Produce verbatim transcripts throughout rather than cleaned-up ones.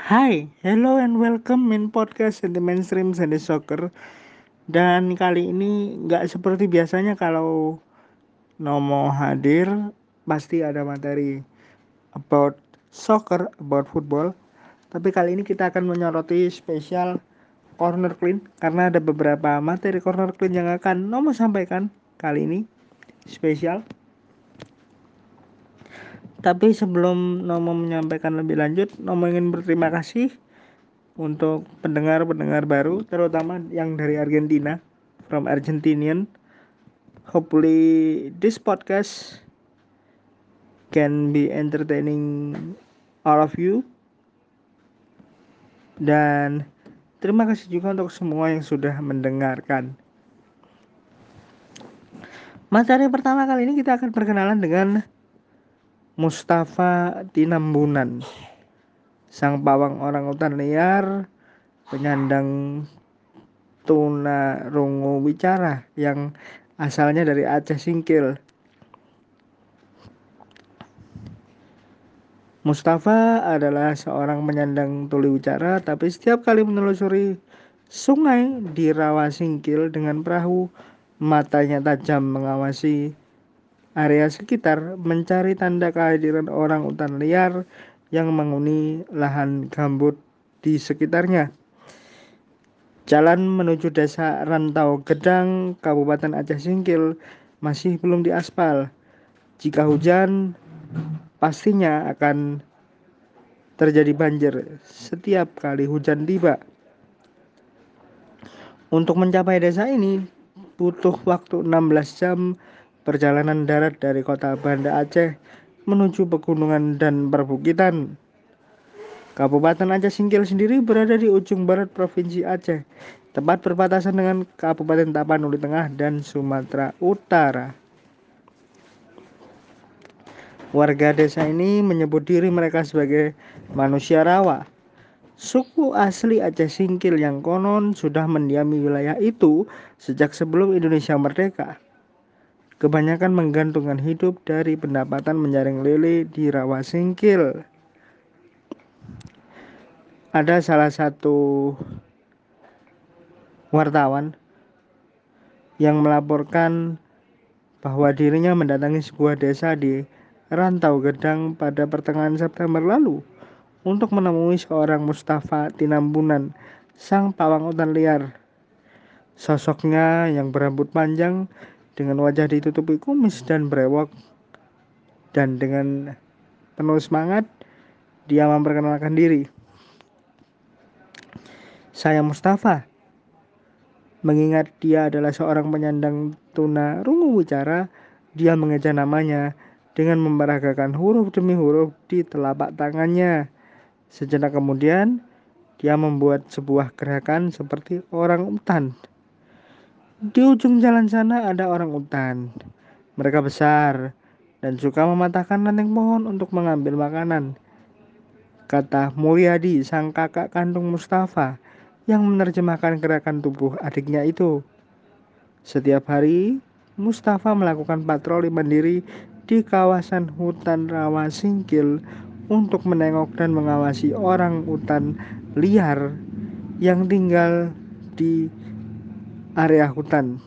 Hai, hello and welcome in podcast The Mainstream Sunday Soccer. Dan kali ini nggak seperti biasanya kalau Nomo hadir pasti ada materi about soccer, about football. Tapi kali ini kita akan menyoroti spesial corner clean karena ada beberapa materi corner clean yang akan Nomo sampaikan kali ini spesial. Tapi sebelum Nomo menyampaikan lebih lanjut, Nomo ingin berterima kasih untuk pendengar-pendengar baru, terutama yang dari Argentina, from Argentinian. Hopefully this podcast can be entertaining all of you. Dan terima kasih juga untuk semua yang sudah mendengarkan. Materi pertama kali ini kita akan perkenalan dengan Mustafa Tinambunan, sang pawang orangutan liar, penyandang tuna rungu wicara yang asalnya dari Aceh Singkil. Mustafa adalah seorang penyandang tuli wicara, tapi setiap kali menelusuri sungai di Rawa Singkil dengan perahu, matanya tajam mengawasi area sekitar, mencari tanda kehadiran orang utan liar yang menghuni lahan gambut di sekitarnya. Jalan menuju desa Rantau Gedang, Kabupaten Aceh Singkil, masih belum diaspal. Jika hujan, pastinya akan terjadi banjir setiap kali hujan tiba. Untuk mencapai desa ini butuh waktu enam belas jam perjalanan darat dari kota Banda Aceh menuju pegunungan dan perbukitan. Kabupaten Aceh Singkil sendiri berada di ujung barat Provinsi Aceh, tepat berbatasan dengan Kabupaten Tapanuli Tengah dan Sumatera Utara. Warga desa ini menyebut diri mereka sebagai manusia rawa. Suku asli Aceh Singkil yang konon sudah mendiami wilayah itu sejak sebelum Indonesia merdeka. Kebanyakan menggantungkan hidup dari pendapatan menjaring lele di Rawa Singkil. Ada salah satu wartawan yang melaporkan bahwa dirinya mendatangi sebuah desa di Rantau Gedang pada pertengahan September lalu untuk menemui seorang Mustafa Tinambunan, sang pawang hutan liar. Sosoknya yang berambut panjang dengan wajah ditutupi kumis dan brewok, dan dengan penuh semangat dia memperkenalkan diri. Saya Mustafa. Mengingat dia adalah seorang penyandang tuna rungu wicara, dia mengeja namanya dengan memperagakan huruf demi huruf di telapak tangannya. Sejenak kemudian, dia membuat sebuah gerakan seperti orang utan. Di ujung jalan sana ada orang utan. Mereka besar dan suka mematahkan ranting pohon untuk mengambil makanan, kata Mulyadi, sang kakak kandung Mustafa, yang menerjemahkan gerakan tubuh adiknya itu. Setiap hari, Mustafa melakukan patroli mandiri di kawasan hutan Rawa Singkil untuk menengok dan mengawasi orang utan liar yang tinggal di area hutan.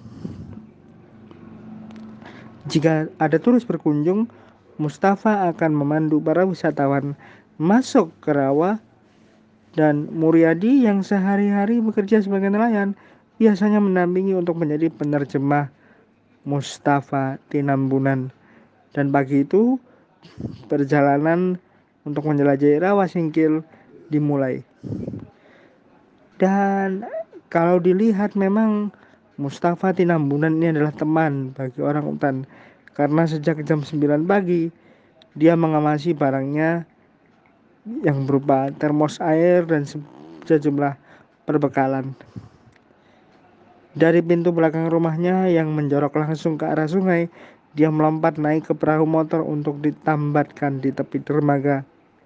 Jika ada turis berkunjung, Mustafa akan memandu para wisatawan masuk ke rawa, dan Muryadi yang sehari-hari bekerja sebagai nelayan biasanya mendampingi untuk menjadi penerjemah Mustafa Tinambunan. Dan pagi itu perjalanan untuk menjelajahi Rawa Singkil dimulai. Dan kalau dilihat memang Mustafa Tinambunan ini adalah teman bagi orang utan, karena sejak jam sembilan pagi dia mengawasi barangnya yang berupa termos air dan sejumlah perbekalan. Dari pintu belakang rumahnya yang menjorok langsung ke arah sungai, dia melompat naik ke perahu motor untuk ditambatkan di tepi dermaga.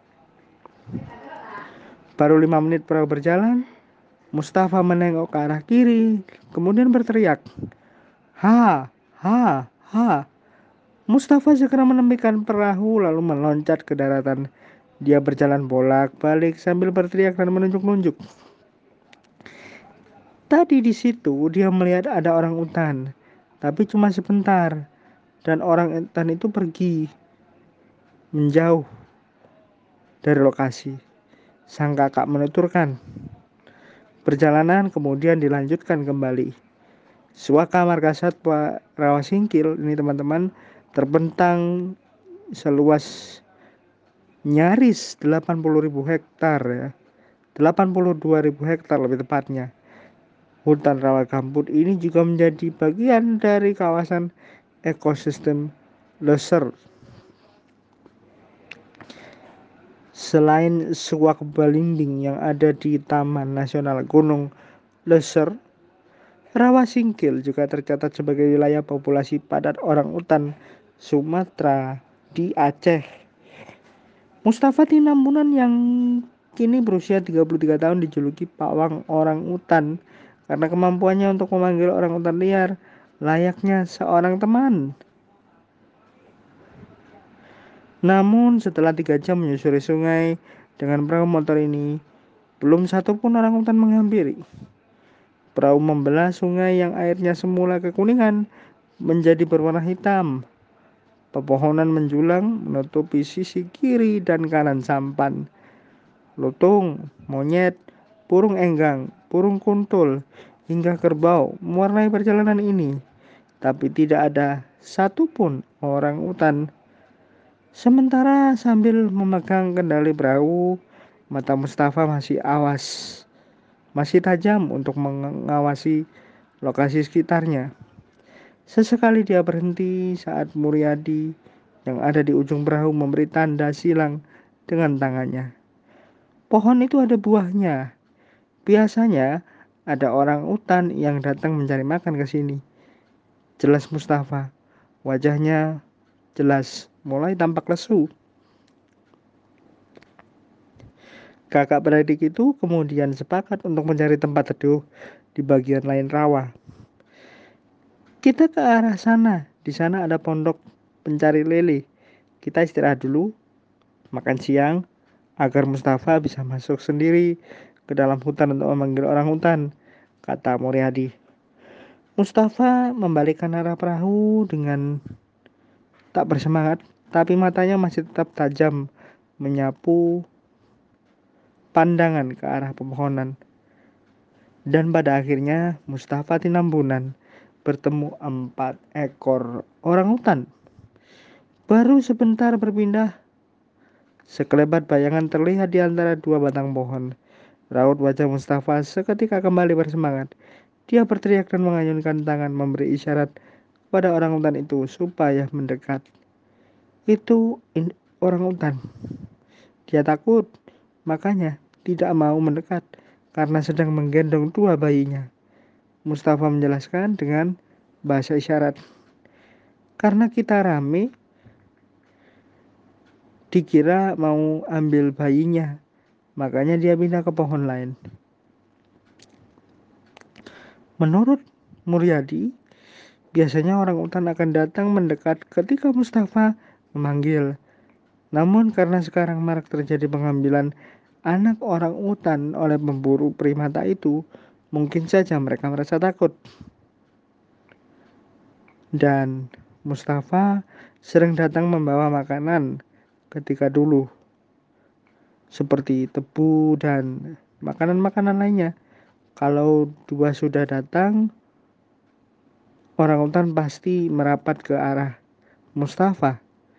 Baru lima menit perahu berjalan, Mustafa menengok ke arah kiri, kemudian berteriak, "Ha, ha, ha." Mustafa segera menepikan perahu lalu meloncat ke daratan. Dia berjalan bolak-balik sambil berteriak dan menunjuk-nunjuk. Tadi di situ dia melihat ada orang utan, tapi cuma sebentar, dan orang utan itu pergi menjauh dari lokasi. Sang kakak menuturkan. Perjalanan kemudian dilanjutkan kembali. Suaka Margasatwa Rawasingkil ini teman-teman terbentang seluas nyaris delapan puluh ribu hektar ya. delapan puluh dua ribu hektar lebih tepatnya. Hutan rawa gambut ini juga menjadi bagian dari kawasan ekosistem Lesser. Selain Suak Balimbing yang ada di Taman Nasional Gunung Lesser, Rawasingkil juga tercatat sebagai wilayah populasi padat orang utan Sumatera di Aceh. Mustafa Tinambunan yang kini berusia tiga puluh tiga tahun dijuluki pawang orang utan karena kemampuannya untuk memanggil orang utan liar layaknya seorang teman. Namun setelah tiga jam menyusuri sungai dengan perahu motor ini, belum satu pun orang utan menghampiri. Perahu membelah sungai yang airnya semula kekuningan menjadi berwarna hitam. Pepohonan menjulang menutupi sisi kiri dan kanan sampan. Lutung, monyet, burung enggang, burung kuntul, hingga kerbau mewarnai perjalanan ini. Tapi tidak ada satupun orang utan. Sementara sambil memegang kendali perahu, mata Mustafa masih awas, masih tajam untuk mengawasi lokasi sekitarnya. Sesekali dia berhenti saat Muryadi yang ada di ujung perahu memberi tanda silang dengan tangannya. Pohon itu ada buahnya. Biasanya ada orang utan yang datang mencari makan ke sini. Jelas Mustafa. Wajahnya jelas mulai tampak lesu. Kakak beradik itu kemudian sepakat untuk mencari tempat teduh di bagian lain rawa. Kita ke arah sana. Di sana ada pondok pencari lele. Kita istirahat dulu, makan siang, agar Mustafa bisa masuk sendiri ke dalam hutan untuk memanggil orang hutan, kata Muryadi. Mustafa membalikkan arah perahu dengan tak bersemangat, tapi matanya masih tetap tajam menyapu pandangan ke arah pepohonan. Dan pada akhirnya Mustafa Tinambunan bertemu empat ekor orang hutan. Baru sebentar berpindah, sekelebat bayangan terlihat di antara dua batang pohon. Raut wajah Mustafa seketika kembali bersemangat. Dia berteriak dan mengayunkan tangan memberi isyarat pada orang hutan itu supaya mendekat. Itu in- orang hutan. Dia takut, makanya tidak mau mendekat karena sedang menggendong dua bayinya. Mustafa menjelaskan dengan bahasa isyarat. Karena kita rame, dikira mau ambil bayinya, makanya dia pindah ke pohon lain. Menurut Muryadi, biasanya orang utan akan datang mendekat ketika Mustafa memanggil. Namun karena sekarang marak terjadi pengambilan anak orang utan oleh pemburu primata itu, mungkin saja mereka merasa takut. Dan Mustafa sering datang membawa makanan ketika dulu, seperti tebu dan makanan-makanan lainnya. Kalau dua sudah datang, orang utan pasti merapat ke arah Mustafa.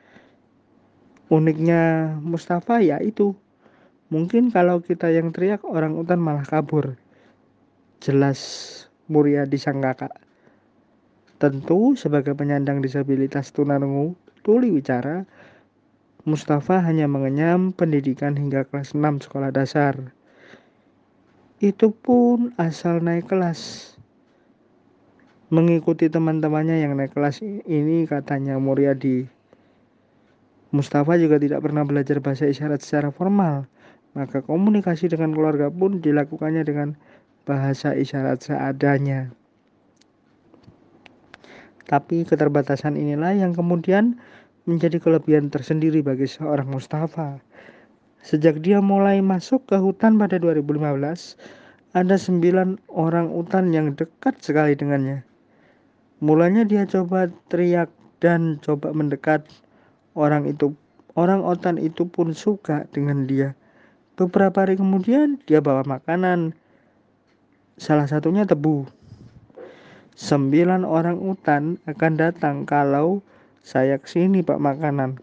Uniknya Mustafa ya itu, mungkin kalau kita yang teriak orang utan malah kabur. Jelas Muryadi sang kakak. Tentu sebagai penyandang disabilitas tunarungu tuli wicara, Mustafa hanya mengenyam pendidikan hingga kelas enam sekolah dasar. Itu pun asal naik kelas. Mengikuti teman-temannya yang naik kelas ini, katanya Muryadi. Mustafa juga tidak pernah belajar bahasa isyarat secara formal, maka komunikasi dengan keluarga pun dilakukannya dengan bahasa isyarat seadanya. Tapi keterbatasan inilah yang kemudian menjadi kelebihan tersendiri bagi seorang Mustafa. Sejak dia mulai masuk ke hutan pada dua ribu lima belas, ada sembilan orang utan yang dekat sekali dengannya. Mulanya dia coba teriak dan coba mendekat. Orang itu, orang utan itu pun suka dengan dia. Beberapa hari kemudian dia bawa makanan, salah satunya tebu. Sembilan orang utan akan datang kalau saya kesini pak makanan.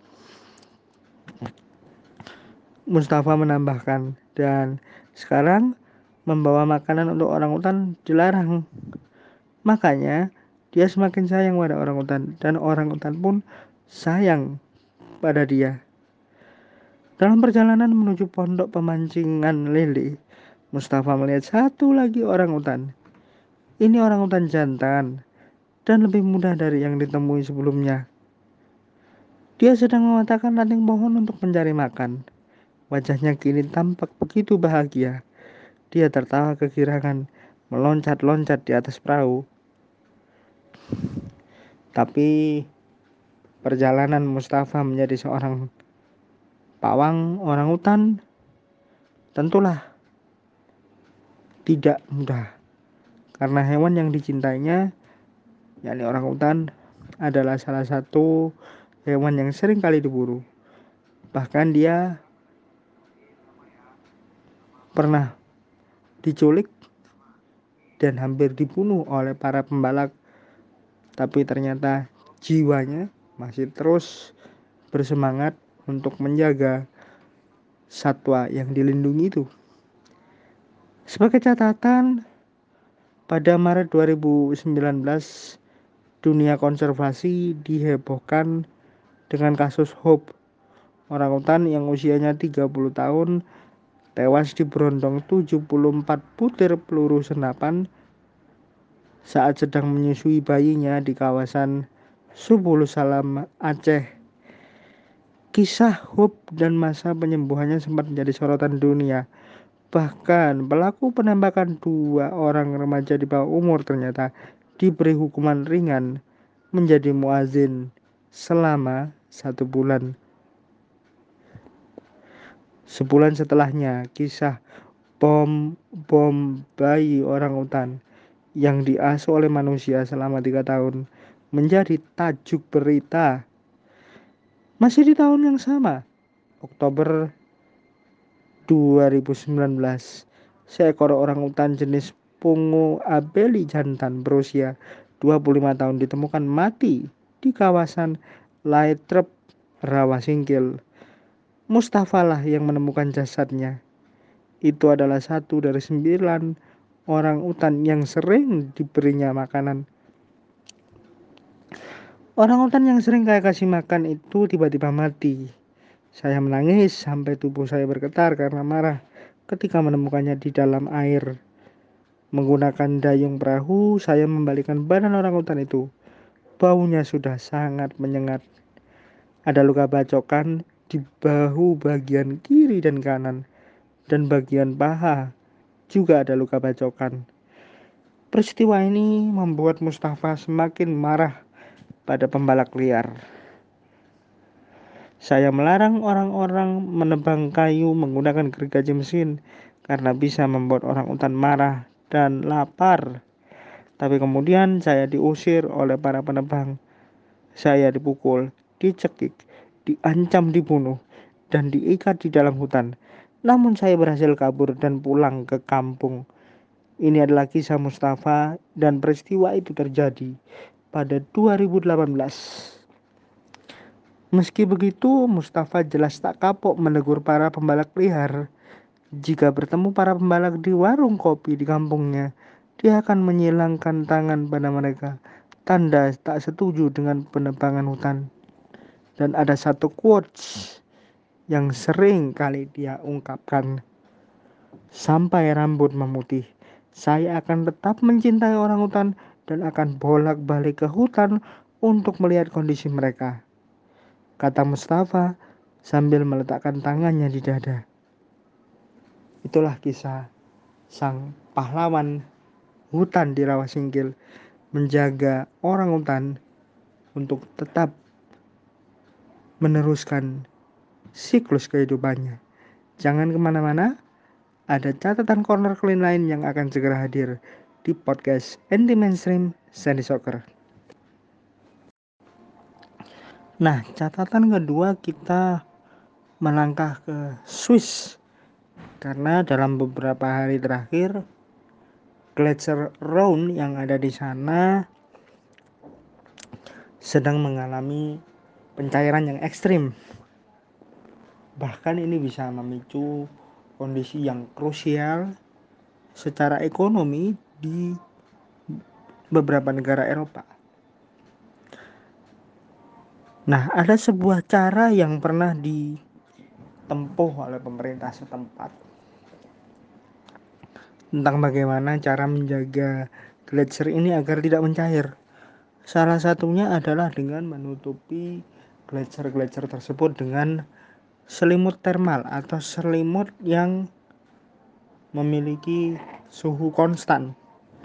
Mustafa menambahkan, dan sekarang membawa makanan untuk orang utan dilarang. Makanya dia semakin sayang pada orang utan dan orang utan pun sayang pada dia. Dalam perjalanan menuju pondok pemancingan lele, Mustafa melihat satu lagi orang utan. Ini orang utan jantan dan lebih mudah dari yang ditemui sebelumnya. Dia sedang mematahkan ranting pohon untuk mencari makan. Wajahnya kini tampak begitu bahagia. Dia tertawa kegirangan, meloncat-loncat di atas perahu. Tapi perjalanan Mustafa menjadi seorang pawang orangutan tentulah tidak mudah. Karena hewan yang dicintainya, yakni orangutan, adalah salah satu hewan yang sering kali diburu. Bahkan dia pernah diculik dan hampir dibunuh oleh para pembalak. Tapi ternyata jiwanya masih terus bersemangat untuk menjaga satwa yang dilindungi itu. Sebagai catatan, pada Maret dua ribu sembilan belas, dunia konservasi dihebohkan dengan kasus Hope, orangutan yang usianya tiga puluh tahun tewas diberondong tujuh puluh empat butir peluru senapan saat sedang menyusui bayinya di kawasan Subul Salam, Aceh. Kisah Hope dan masa penyembuhannya sempat menjadi sorotan dunia. Bahkan pelaku penembakan dua orang remaja di bawah umur ternyata diberi hukuman ringan menjadi muazin selama satu bulan. Sebulan setelahnya, kisah bom bom bayi orangutan yang diasuh oleh manusia selama tiga tahun menjadi tajuk berita. Masih di tahun yang sama, Oktober dua ribu sembilan belas, seekor orangutan jenis Pungu abeli jantan berusia dua puluh lima tahun ditemukan mati di kawasan Laetrep, Rawasingkil. Mustafa lah yang menemukan jasadnya. Itu adalah satu dari sembilan orang utan yang sering diberinya makanan. Orang utan yang sering saya kasih makan itu tiba-tiba mati. Saya menangis sampai tubuh saya bergetar karena marah ketika menemukannya di dalam air. Menggunakan dayung perahu, saya membalikan badan orang utan itu. Baunya sudah sangat menyengat. Ada luka bacokan di bahu bagian kiri dan kanan, dan bagian paha juga ada luka bacokan. Peristiwa ini membuat Mustafa semakin marah pada pembalak liar. Saya melarang orang-orang menebang kayu menggunakan gergaji mesin karena bisa membuat orang utan marah dan lapar. Tapi kemudian saya diusir oleh para penebang. Saya dipukul, dicekik, diancam dibunuh, dan diikat di dalam hutan. Namun saya berhasil kabur dan pulang ke kampung. Ini adalah kisah Mustafa dan peristiwa itu terjadi pada dua ribu delapan belas. Meski begitu, Mustafa jelas tak kapok menegur para pembalak liar. Jika bertemu para pembalak di warung kopi di kampungnya, dia akan menyilangkan tangan pada mereka, tanda tak setuju dengan penebangan hutan. Dan ada satu quotes yang sering kali dia ungkapkan, sampai rambut memutih, saya akan tetap mencintai orang hutan dan akan bolak-balik ke hutan untuk melihat kondisi mereka, kata Mustafa sambil meletakkan tangannya di dada. Itulah kisah sang pahlawan hutan di Rawasingkil menjaga orang hutan untuk tetap meneruskan siklus kehidupannya. Jangan kemana-mana, ada catatan corner clean lain yang akan segera hadir di podcast Anti Mainstream Sandy Soccer. Nah, catatan kedua kita melangkah ke Swiss karena dalam beberapa hari terakhir Glacier Rhone yang ada di sana sedang mengalami pencairan yang ekstrim. Bahkan ini bisa memicu kondisi yang krusial secara ekonomi di beberapa negara Eropa. Nah, ada sebuah cara yang pernah ditempuh oleh pemerintah setempat tentang bagaimana cara menjaga glacier ini agar tidak mencair. Salah satunya adalah dengan menutupi glacier-glacier tersebut dengan selimut termal atau selimut yang memiliki suhu konstan.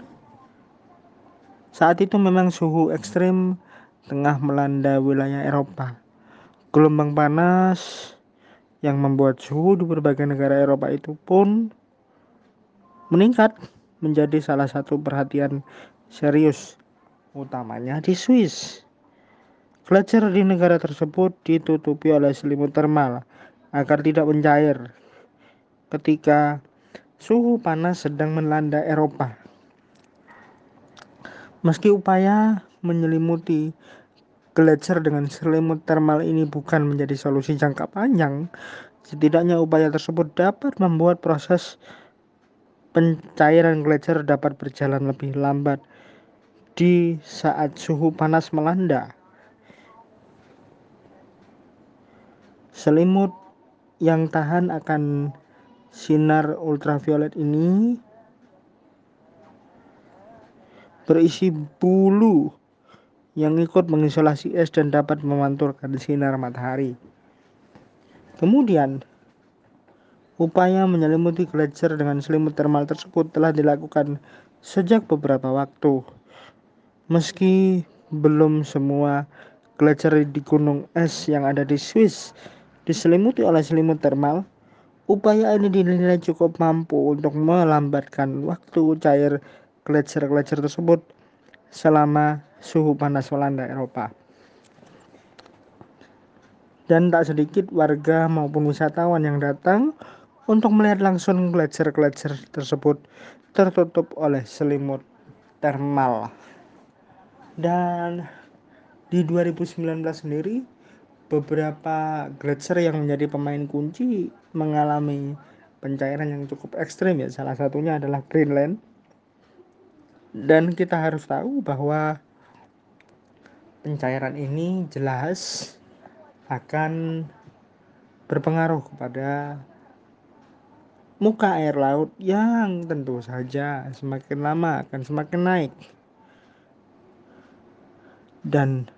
Saat itu memang suhu ekstrim tengah melanda wilayah Eropa. Gelombang panas yang membuat suhu di berbagai negara Eropa itu pun meningkat menjadi salah satu perhatian serius, utamanya di Swiss. Glacier di negara tersebut ditutupi oleh selimut termal agar tidak mencair ketika suhu panas sedang melanda Eropa. Meski upaya menyelimuti glacier dengan selimut termal ini bukan menjadi solusi jangka panjang, setidaknya upaya tersebut dapat membuat proses pencairan glacier dapat berjalan lebih lambat di saat suhu panas melanda. Selimut yang tahan akan sinar ultraviolet ini berisi bulu yang ikut mengisolasi es dan dapat memantulkan sinar matahari. Kemudian, upaya menyelimuti glacier dengan selimut termal tersebut telah dilakukan sejak beberapa waktu. Meski belum semua glacier di gunung es yang ada di Swiss diselimuti oleh selimut termal, upaya ini dinilai cukup mampu untuk melambatkan waktu cair glacier-glacier tersebut selama suhu panas melanda Eropa. Dan tak sedikit warga maupun wisatawan yang datang untuk melihat langsung glacier-glacier tersebut tertutup oleh selimut termal. Dan di dua ribu sembilan belas sendiri, beberapa glacier yang menjadi pemain kunci mengalami pencairan yang cukup ekstrim ya. Salah satunya adalah Greenland. Dan kita harus tahu bahwa pencairan ini jelas akan berpengaruh kepada muka air laut yang tentu saja semakin lama akan semakin naik. Dan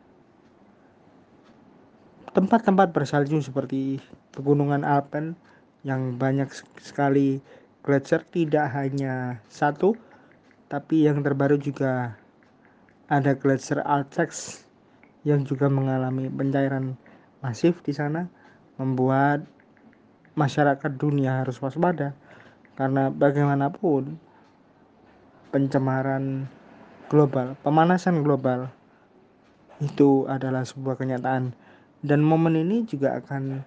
tempat-tempat bersalju seperti pegunungan Alpen yang banyak sekali glacier, tidak hanya satu, tapi yang terbaru juga ada glacier Alpsee yang juga mengalami pencairan masif di sana, membuat masyarakat dunia harus waspada karena bagaimanapun pencemaran global, pemanasan global itu adalah sebuah kenyataan, dan momen ini juga akan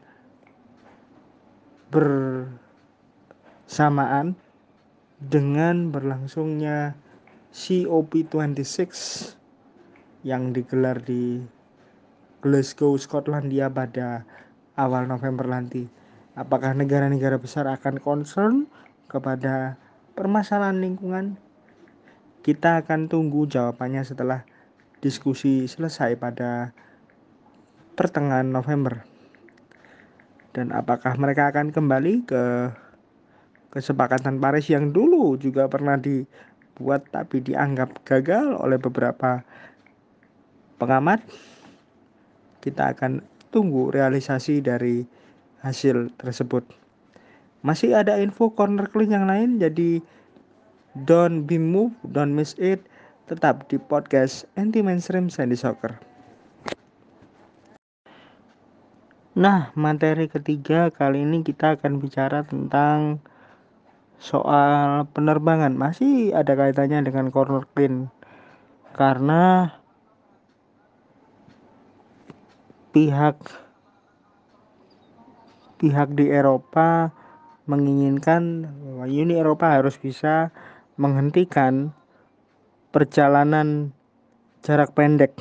bersamaan dengan berlangsungnya C O P dua puluh enam yang digelar di Glasgow, Skotlandia pada awal November nanti. Apakah negara-negara besar akan concern kepada permasalahan lingkungan? Kita akan tunggu jawabannya setelah diskusi selesai pada pertengahan November. Dan apakah mereka akan kembali ke kesepakatan Paris yang dulu juga pernah dibuat tapi dianggap gagal oleh beberapa pengamat? Kita akan tunggu realisasi dari hasil tersebut. Masih ada info corner clean yang lain, jadi don't be moved, don't miss it. Tetap di podcast Anti Mainstream Sandy Soccer. Nah, materi ketiga kali ini kita akan bicara tentang soal penerbangan. Masih ada kaitannya dengan corner clean karena pihak pihak di Eropa menginginkan bahwa Uni Eropa harus bisa menghentikan perjalanan jarak pendek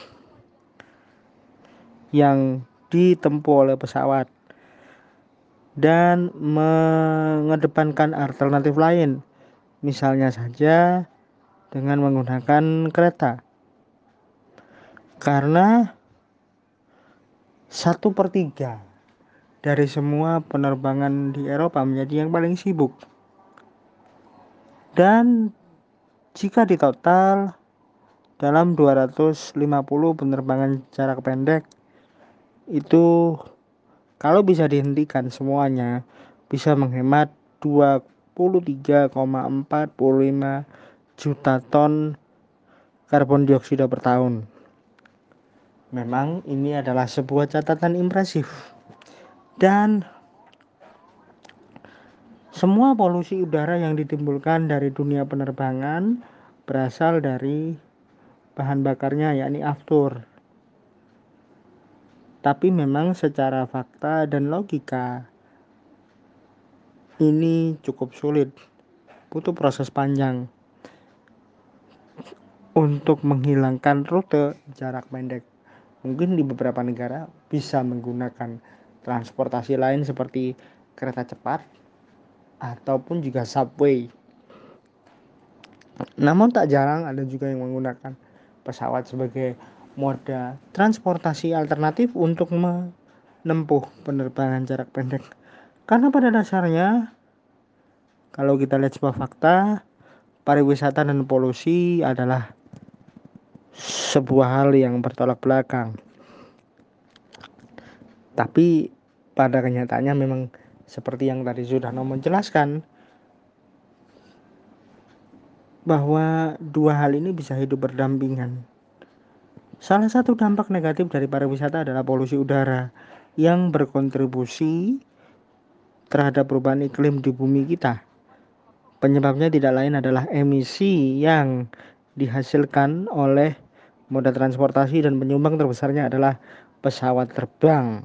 yang ditempuh oleh pesawat dan mengedepankan alternatif lain, misalnya saja dengan menggunakan kereta, karena satu per tiga dari semua penerbangan di Eropa menjadi yang paling sibuk. Dan jika ditotal dalam dua ratus lima puluh penerbangan jarak pendek itu, kalau bisa dihentikan semuanya, bisa menghemat dua puluh tiga koma empat lima juta ton karbon dioksida per tahun. Memang ini adalah sebuah catatan impresif. Dan semua polusi udara yang ditimbulkan dari dunia penerbangan berasal dari bahan bakarnya, yakni aftur. Tapi memang secara fakta dan logika ini cukup sulit, butuh proses panjang untuk menghilangkan rute jarak pendek. Mungkin di beberapa negara bisa menggunakan transportasi lain seperti kereta cepat ataupun juga subway. Namun tak jarang ada juga yang menggunakan pesawat sebagai moda transportasi alternatif untuk menempuh penerbangan jarak pendek. Karena pada dasarnya, kalau kita lihat sebuah fakta, pariwisata dan polusi adalah sebuah hal yang bertolak belakang. Tapi pada kenyataannya memang seperti yang tadi sudah Nomo jelaskan, bahwa dua hal ini bisa hidup berdampingan. Salah satu dampak negatif dari pariwisata adalah polusi udara yang berkontribusi terhadap perubahan iklim di bumi kita. Penyebabnya tidak lain adalah emisi yang dihasilkan oleh moda transportasi, dan penyumbang terbesarnya adalah pesawat terbang.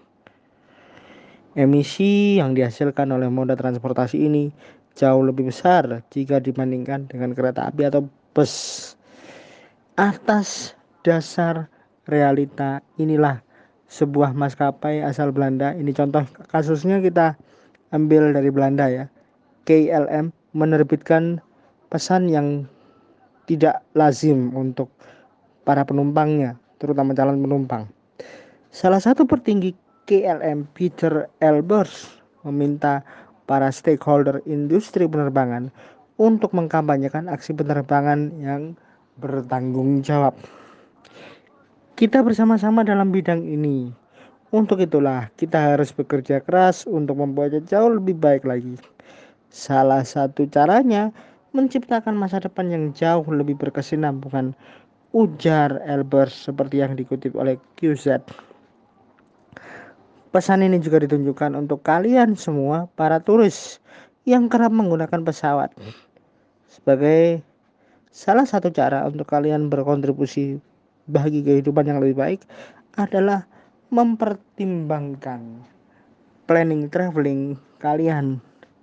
Emisi yang dihasilkan oleh moda transportasi ini jauh lebih besar jika dibandingkan dengan kereta api atau bus. Atas dasar realita inilah sebuah maskapai asal Belanda, ini contoh kasusnya kita ambil dari Belanda ya, K L M menerbitkan pesan yang tidak lazim untuk para penumpangnya, terutama calon penumpang. Salah satu petinggi K L M, Peter Elbers, meminta para stakeholder industri penerbangan untuk mengkampanyekan aksi penerbangan yang bertanggung jawab. Kita bersama-sama dalam bidang ini. Untuk itulah kita harus bekerja keras untuk membuatnya jauh lebih baik lagi. Salah satu caranya menciptakan masa depan yang jauh lebih berkesinambungan, ujar Elbers seperti yang dikutip oleh Q Z. Pesan ini juga ditunjukkan untuk kalian semua para turis yang kerap menggunakan pesawat. Sebagai salah satu cara untuk kalian berkontribusi bagi kehidupan yang lebih baik adalah mempertimbangkan planning traveling kalian.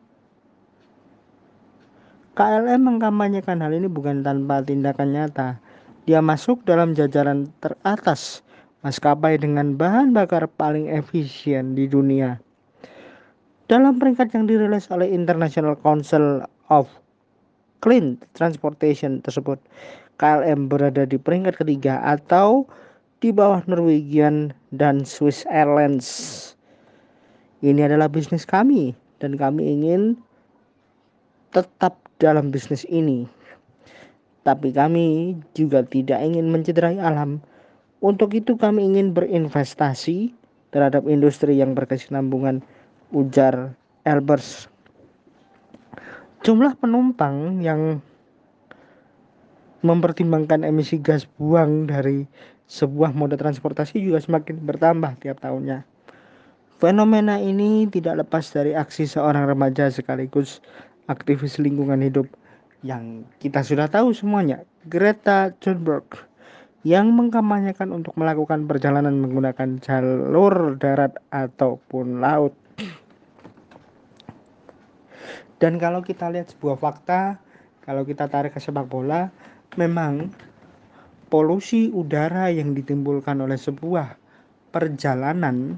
K L M mengkampanyekan hal ini bukan tanpa tindakan nyata. Dia masuk dalam jajaran teratas maskapai dengan bahan bakar paling efisien di dunia. Dalam peringkat yang dirilis oleh International Council of Clean Transportation tersebut, K L M berada di peringkat ketiga atau di bawah Norwegian dan Swiss Airlines. Ini adalah bisnis kami dan kami ingin tetap dalam bisnis ini. Tapi kami juga tidak ingin mencederai alam. Untuk itu kami ingin berinvestasi terhadap industri yang berkesinambungan, ujar Elbers. Jumlah penumpang yang mempertimbangkan emisi gas buang dari sebuah moda transportasi juga semakin bertambah tiap tahunnya. Fenomena ini tidak lepas dari aksi seorang remaja sekaligus aktivis lingkungan hidup yang kita sudah tahu semuanya, Greta Thunberg, yang mengkampanyekan untuk melakukan perjalanan menggunakan jalur darat ataupun laut. Dan kalau kita lihat sebuah fakta, kalau kita tarik ke sepak bola, memang polusi udara yang ditimbulkan oleh sebuah perjalanan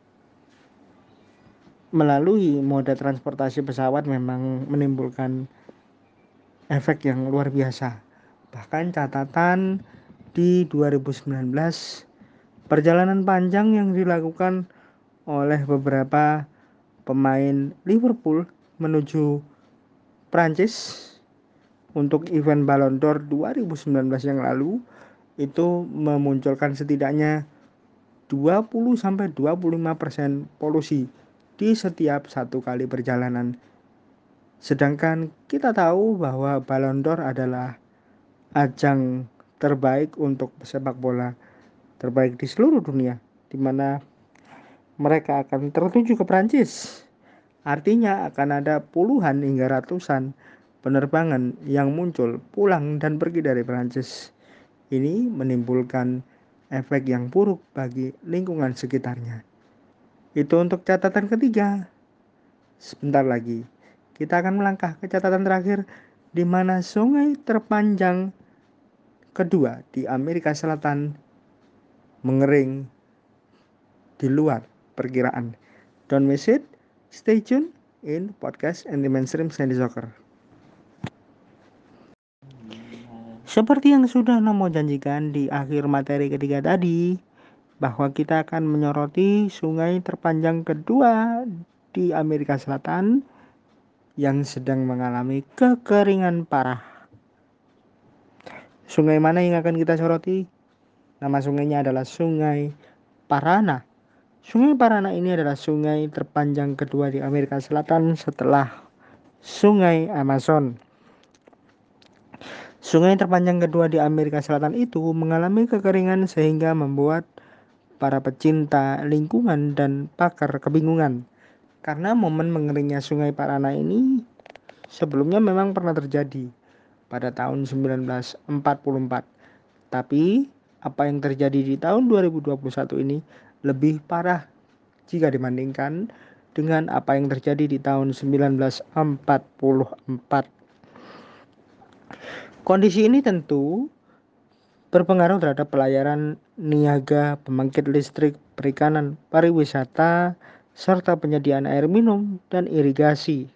melalui moda transportasi pesawat memang menimbulkan efek yang luar biasa. Bahkan catatan di dua ribu sembilan belas, perjalanan panjang yang dilakukan oleh beberapa pemain Liverpool menuju Prancis untuk event Ballon d'Or dua ribu sembilan belas yang lalu itu memunculkan setidaknya dua puluh sampai dua puluh lima persen polusi di setiap satu kali perjalanan. Sedangkan kita tahu bahwa Ballon d'Or adalah ajang terbaik untuk sepak bola terbaik di seluruh dunia, di mana mereka akan tertuju ke Prancis. Artinya akan ada puluhan hingga ratusan penerbangan yang muncul pulang dan pergi dari Prancis. Ini menimbulkan efek yang buruk bagi lingkungan sekitarnya. Itu untuk catatan ketiga. Sebentar lagi kita akan melangkah ke catatan terakhir, di mana sungai terpanjang kedua di Amerika Selatan mengering di luar perkiraan. Don't miss it. Stay tuned in podcast Anti Mainstream Sandy Soccer. Seperti yang sudah Nomo janjikan di akhir materi ketiga tadi, bahwa kita akan menyoroti sungai terpanjang kedua di Amerika Selatan yang sedang mengalami kekeringan parah. Sungai mana yang akan kita soroti? Nama sungainya adalah Sungai Parana. Sungai Parana ini adalah sungai terpanjang kedua di Amerika Selatan setelah Sungai Amazon. Sungai terpanjang kedua di Amerika Selatan itu mengalami kekeringan sehingga membuat para pecinta lingkungan dan pakar kebingungan. Karena momen mengeringnya Sungai Parana ini sebelumnya memang pernah terjadi pada tahun sembilan belas empat puluh empat. Tapi apa yang terjadi di tahun dua ribu dua puluh satu ini lebih parah jika dibandingkan dengan apa yang terjadi di tahun sembilan belas empat puluh empat. Kondisi ini tentu berpengaruh terhadap pelayaran niaga, pembangkit listrik, perikanan, pariwisata, serta penyediaan air minum dan irigasi.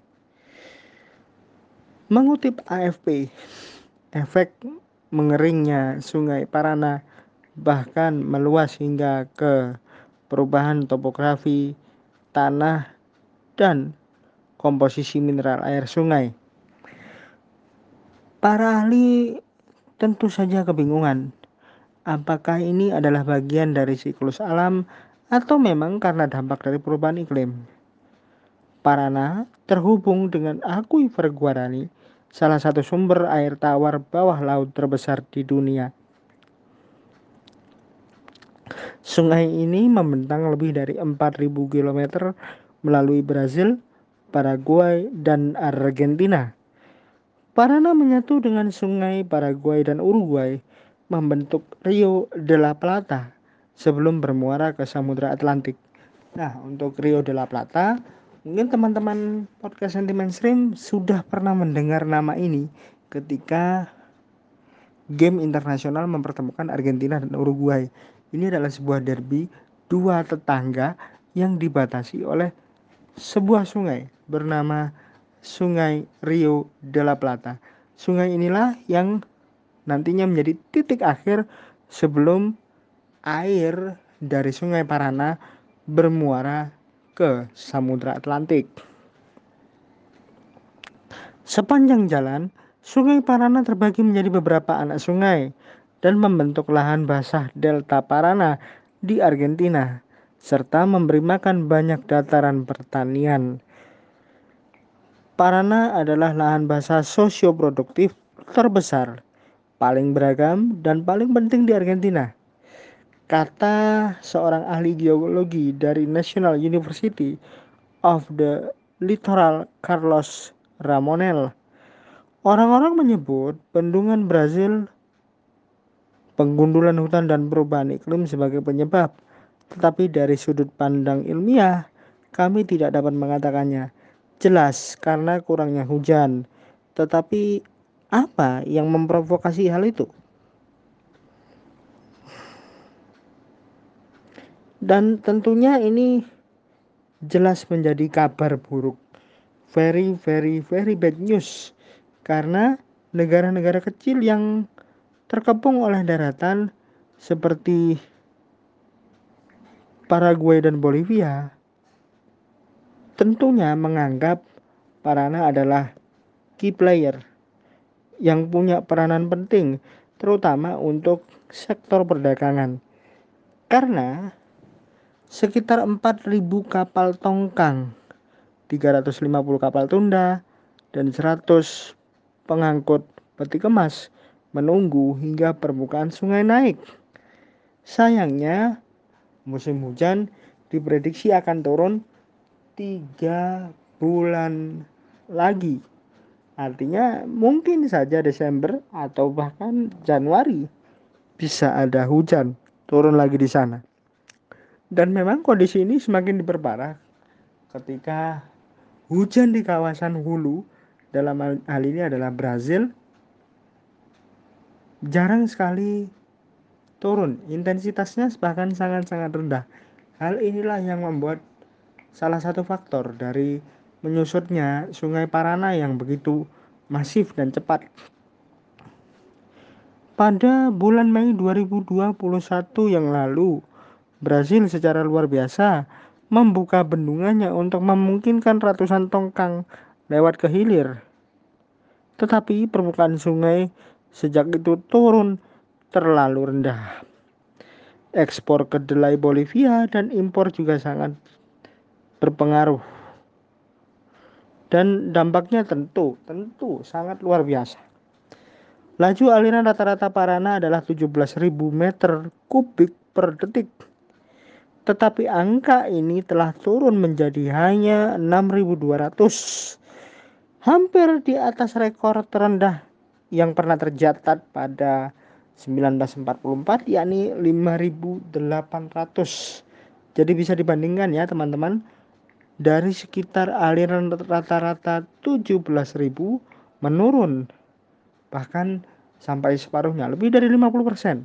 Mengutip A F P, efek mengeringnya Sungai Parana bahkan meluas hingga ke perubahan topografi, tanah, dan komposisi mineral air sungai. Para ahli tentu saja kebingungan. Apakah ini adalah bagian dari siklus alam atau memang karena dampak dari perubahan iklim? Parana terhubung dengan akuifer Guarani, salah satu sumber air tawar bawah laut terbesar di dunia. Sungai ini membentang lebih dari empat ribu kilometer melalui Brazil, Paraguay, dan Argentina. Parana menyatu dengan sungai Paraguay dan Uruguay membentuk Rio de la Plata sebelum bermuara ke Samudra Atlantik. Nah, untuk Rio de la Plata, mungkin teman-teman podcast Anti Mainstream sudah pernah mendengar nama ini ketika game internasional mempertemukan Argentina dan Uruguay. Ini adalah sebuah derby dua tetangga yang dibatasi oleh sebuah sungai bernama Sungai Rio de la Plata. Sungai inilah yang nantinya menjadi titik akhir sebelum air dari Sungai Parana bermuara ke Samudra Atlantik. Sepanjang jalan, Sungai Parana terbagi menjadi beberapa anak sungai dan membentuk lahan basah Delta Parana di Argentina, serta memberi makan banyak dataran pertanian. Parana adalah lahan basah sosioproduktif terbesar, paling beragam, dan paling penting di Argentina. Kata seorang ahli geologi dari National University of the Littoral, Carlos Ramonel, orang-orang menyebut bendungan Brazil, penggundulan hutan dan perubahan iklim sebagai penyebab. Tetapi dari sudut pandang ilmiah, kami tidak dapat mengatakannya jelas karena kurangnya hujan. Tetapi apa yang memprovokasi hal itu? Dan tentunya ini jelas menjadi kabar buruk. Very, very, very bad news. Karena negara-negara kecil yang terkepung oleh daratan seperti Paraguay dan Bolivia tentunya menganggap Parana adalah key player yang punya peranan penting terutama untuk sektor perdagangan. Karena sekitar empat ribu kapal tongkang, tiga ratus lima puluh kapal tunda, dan seratus pengangkut peti kemas menunggu hingga permukaan sungai naik. Sayangnya, musim hujan diprediksi akan turun tiga bulan lagi. Artinya mungkin saja Desember atau bahkan Januari bisa ada hujan turun lagi di sana. Dan memang kondisi ini semakin diperparah ketika hujan di kawasan hulu, dalam hal ini adalah Brazil, jarang sekali turun. Intensitasnya bahkan sangat-sangat rendah. Hal inilah yang membuat salah satu faktor dari menyusutnya Sungai Parana yang begitu masif dan cepat. Pada bulan Mei dua ribu dua puluh satu yang lalu, Brazil secara luar biasa membuka bendungannya untuk memungkinkan ratusan tongkang lewat ke hilir. Tetapi permukaan sungai sejak itu turun terlalu rendah. Ekspor kedelai Bolivia dan impor juga sangat berpengaruh. Dan dampaknya tentu, tentu sangat luar biasa. Laju aliran rata-rata Parana adalah tujuh belas ribu meter kubik per detik. Tetapi angka ini telah turun menjadi hanya enam ribu dua ratus. Hampir di atas rekor terendah yang pernah tercatat pada seribu sembilan ratus empat puluh empat, yakni lima ribu delapan ratus. Jadi bisa dibandingkan ya teman-teman, dari sekitar aliran rata-rata tujuh belas ribu menurun bahkan sampai separuhnya, lebih dari lima puluh persen.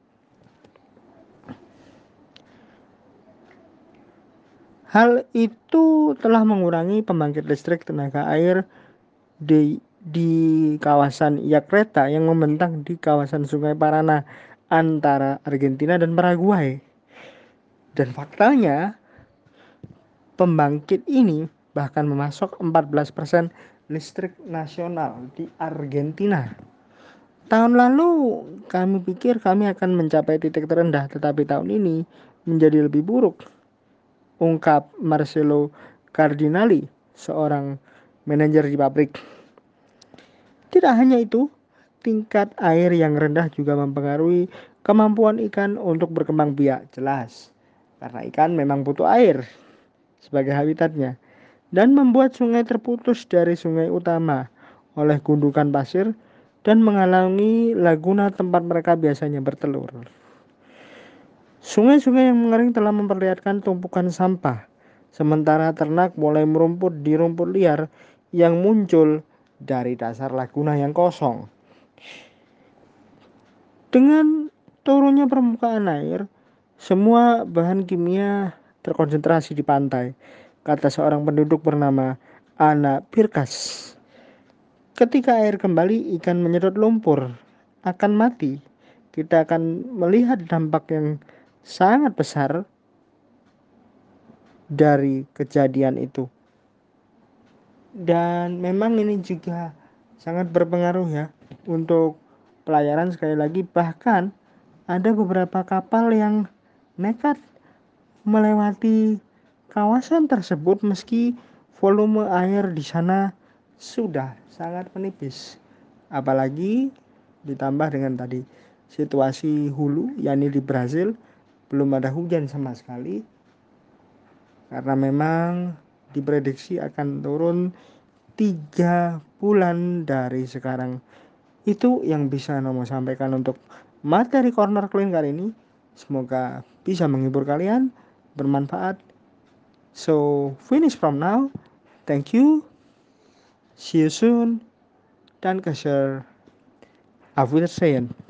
Hal itu telah mengurangi pembangkit listrik tenaga air di di kawasan Yakarta yang membentang di kawasan Sungai Parana antara Argentina dan Paraguay. Dan faktanya pembangkit ini bahkan memasok empat belas persen listrik nasional di Argentina. Tahun lalu kami pikir kami akan mencapai titik terendah, tetapi tahun ini menjadi lebih buruk, ungkap Marcelo Cardinali, seorang manajer di pabrik. Tidak hanya itu, tingkat air yang rendah juga mempengaruhi kemampuan ikan untuk berkembang biak. Jelas, karena ikan memang butuh air sebagai habitatnya, dan membuat sungai terputus dari sungai utama oleh gundukan pasir dan menghalangi laguna tempat mereka biasanya bertelur. Sungai-sungai yang mengering telah memperlihatkan tumpukan sampah, sementara ternak mulai merumput di rumput liar yang muncul dari dasar laguna yang kosong. Dengan turunnya permukaan air, semua bahan kimia terkonsentrasi di pantai, kata seorang penduduk bernama Ana Pirkas. Ketika air kembali, ikan menyedot lumpur, akan mati. Kita akan melihat dampak yang sangat besar dari kejadian itu. Dan memang ini juga sangat berpengaruh ya untuk pelayaran. Sekali lagi, bahkan ada beberapa kapal yang nekat melewati kawasan tersebut meski volume air di sana sudah sangat menipis. Apalagi ditambah dengan tadi situasi hulu, yakni di Brazil, belum ada hujan sama sekali, karena memang diprediksi akan turun tiga bulan dari sekarang. Itu yang bisa Nomo sampaikan untuk materi Corner Clean kali ini. Semoga bisa menghibur kalian, bermanfaat. So, finish from now. Thank you. See you soon. Dan Danke schön. Auf Wiedersehen.